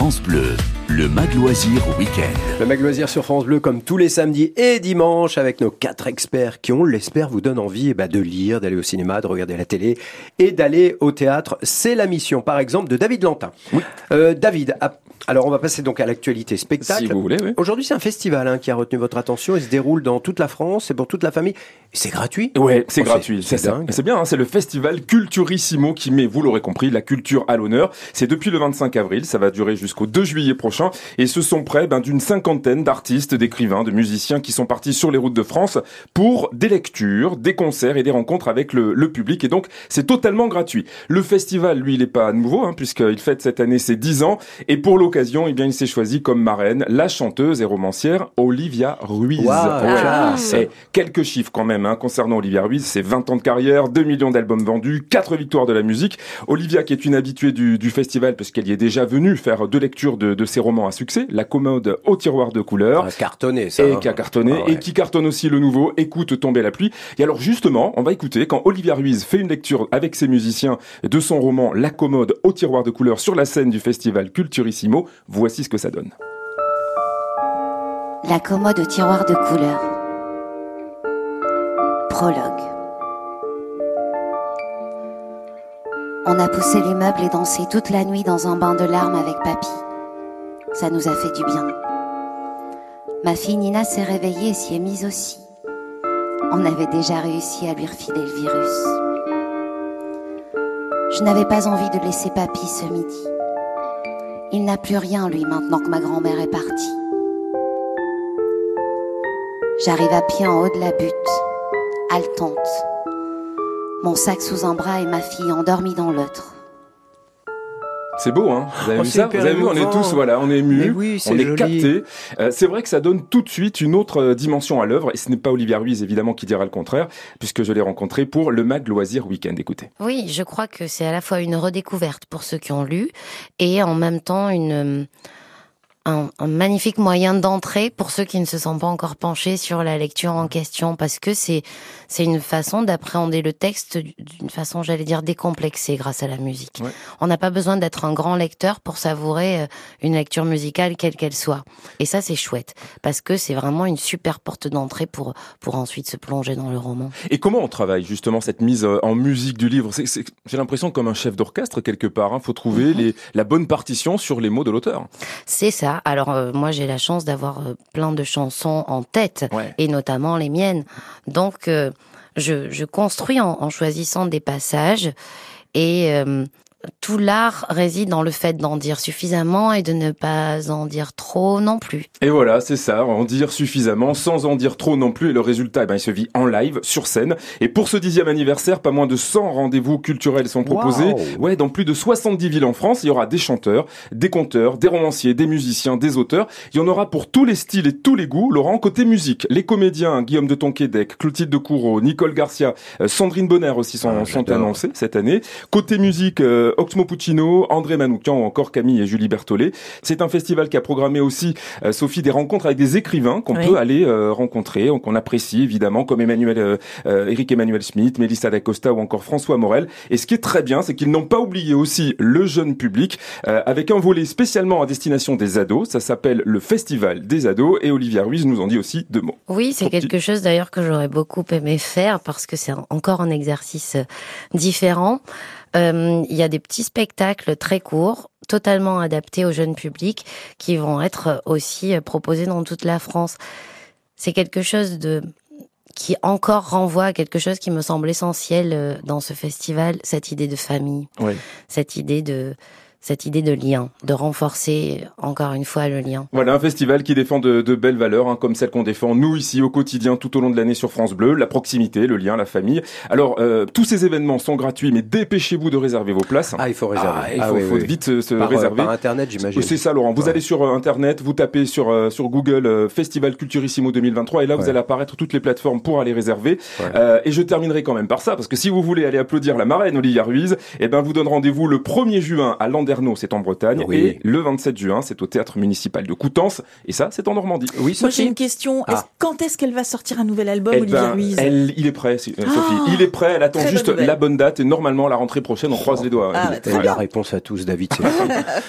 France Bleu, le Mag Loisir Week-end. Le Mag Loisir sur France Bleu, comme tous les samedis et dimanches, avec nos 4 experts qui, on l'espère, vous donnent envie de lire, d'aller au cinéma, de regarder la télé et d'aller au théâtre. C'est la mission, par exemple, de David Lantin. Oui. David, alors on va passer donc à l'actualité spectacle. Si vous voulez, oui. Aujourd'hui, c'est un festival qui a retenu votre attention. Il se déroule dans toute la France, c'est pour toute la famille. C'est gratuit. Ouais, c'est gratuit. C'est dingue. C'est bien, c'est le festival Culturissimo qui met, vous l'aurez compris, la culture à l'honneur. C'est depuis le 25 avril, ça va durer jusqu'au 2 juillet prochain. Et ce sont près d'une cinquantaine d'artistes, d'écrivains, de musiciens qui sont partis sur les routes de France pour des lectures, des concerts et des rencontres avec le public. Et donc, c'est totalement gratuit. Le festival, lui, il n'est pas nouveau, puisqu'il fête cette année ses 10 ans. Et pour l'occasion, il s'est choisi comme marraine la chanteuse et romancière Olivia Ruiz. Wow, Et quelques chiffres quand même concernant Olivia Ruiz, c'est 20 ans de carrière, 2 millions d'albums vendus, 4 victoires de la musique. Olivia qui est une habituée du festival parce qu'elle y est déjà venue faire 2 lectures de ses romans à succès, La commode au tiroir de couleurs. Cartonné ça. Et qui a cartonné, et qui cartonne aussi le nouveau Écoute tomber la pluie. Et alors justement, on va écouter quand Olivia Ruiz fait une lecture avec ses musiciens de son roman La commode au tiroir de couleurs sur la scène du festival Culturissimo. Voici ce que ça donne. La commode au tiroir de couleurs. Prologue. On a poussé les meubles et dansé toute la nuit dans un bain de larmes avec papy. Ça nous a fait du bien. Ma fille Nina s'est réveillée et s'y est mise aussi. On avait déjà réussi à lui refiler le virus. Je n'avais pas envie de laisser papy ce midi. Il n'a plus rien, lui, maintenant que ma grand-mère est partie. J'arrive à pied en haut de la butte, haletante. Mon sac sous un bras et ma fille endormie dans l'autre. C'est beau, Vous avez vu ça? Vous avez vu, on est tous, on est émus, oui, on est joli. captés. C'est vrai que ça donne tout de suite une autre dimension à l'œuvre, et ce n'est pas Olivia Ruiz, évidemment, qui dira le contraire, puisque je l'ai rencontrée pour le Mag Loisir Week-end. Écoutez. Oui, je crois que c'est à la fois une redécouverte pour ceux qui ont lu, et en même temps un magnifique moyen d'entrée pour ceux qui ne se sont pas encore penchés sur la lecture en question, parce que c'est une façon d'appréhender le texte d'une façon, j'allais dire, décomplexée grâce à la musique. Ouais. On n'a pas besoin d'être un grand lecteur pour savourer une lecture musicale quelle qu'elle soit. Et ça, c'est chouette, parce que c'est vraiment une super porte d'entrée pour ensuite se plonger dans le roman. Et comment on travaille justement cette mise en musique du livre? J'ai l'impression comme un chef d'orchestre quelque part. Faut trouver la bonne partition sur les mots de l'auteur. C'est ça. Alors moi j'ai la chance d'avoir plein de chansons en tête, et notamment les miennes. Donc je construis en choisissant des passages, et tout l'art réside dans le fait d'en dire suffisamment et de ne pas en dire trop non plus. Et voilà, c'est ça, en dire suffisamment, sans en dire trop non plus, et le résultat, il se vit en live, sur scène. Et pour ce 10e anniversaire, pas moins de 100 rendez-vous culturels sont proposés. Wow. Dans plus de 70 villes en France, il y aura des chanteurs, des conteurs, des romanciers, des musiciens, des auteurs. Il y en aura pour tous les styles et tous les goûts. Laurent, côté musique, les comédiens, Guillaume de Tonquédec, Clotilde de Courreau, Nicole Garcia, Sandrine Bonner aussi sont annoncés cette année. Côté musique, Oxmo Puccino, André Manoukian ou encore Camille et Julie Berthollet. C'est un festival qui a programmé aussi, Sophie, des rencontres avec des écrivains qu'on peut aller rencontrer, qu'on apprécie évidemment, comme Éric Emmanuel Schmitt, Mélissa D'Acosta ou encore François Morel. Et ce qui est très bien, c'est qu'ils n'ont pas oublié aussi le jeune public, avec un volet spécialement à destination des ados. Ça s'appelle le Festival des ados, et Olivia Ruiz nous en dit aussi 2 mots. Oui, c'est quelque chose d'ailleurs que j'aurais beaucoup aimé faire, parce que c'est encore un exercice différent. Il y a des petits spectacles très courts, totalement adaptés au jeune public, qui vont être aussi proposés dans toute la France. C'est quelque chose qui encore renvoie à quelque chose qui me semble essentiel dans ce festival, cette idée de famille, cette idée de lien, de renforcer encore une fois le lien. Voilà, un festival qui défend de belles valeurs, comme celles qu'on défend nous ici au quotidien tout au long de l'année sur France Bleu, la proximité, le lien, la famille. Alors, tous ces événements sont gratuits, mais dépêchez-vous de réserver vos places. Il faut réserver. Il faut vite se réserver. Par Internet, j'imagine. C'est ça, Laurent. Vous allez sur Internet, vous tapez sur Google Festival Culturissimo 2023, et là vous allez apparaître toutes les plateformes pour aller réserver. Et je terminerai quand même par ça, parce que si vous voulez aller applaudir la marraine Olivia Ruiz, vous donne rendez-vous le 1er juin à Landerneau, c'est en Bretagne, et le 27 juin, c'est au Théâtre Municipal de Coutances, et ça, c'est en Normandie. Oui, Moi, j'ai une question. Quand est-ce qu'elle va sortir un nouvel album, Olivia Ruiz? Il est prêt, Sophie. Il est prêt, elle attend juste la bonne date, et normalement, la rentrée prochaine, on croise les doigts. La réponse à tous, David, c'est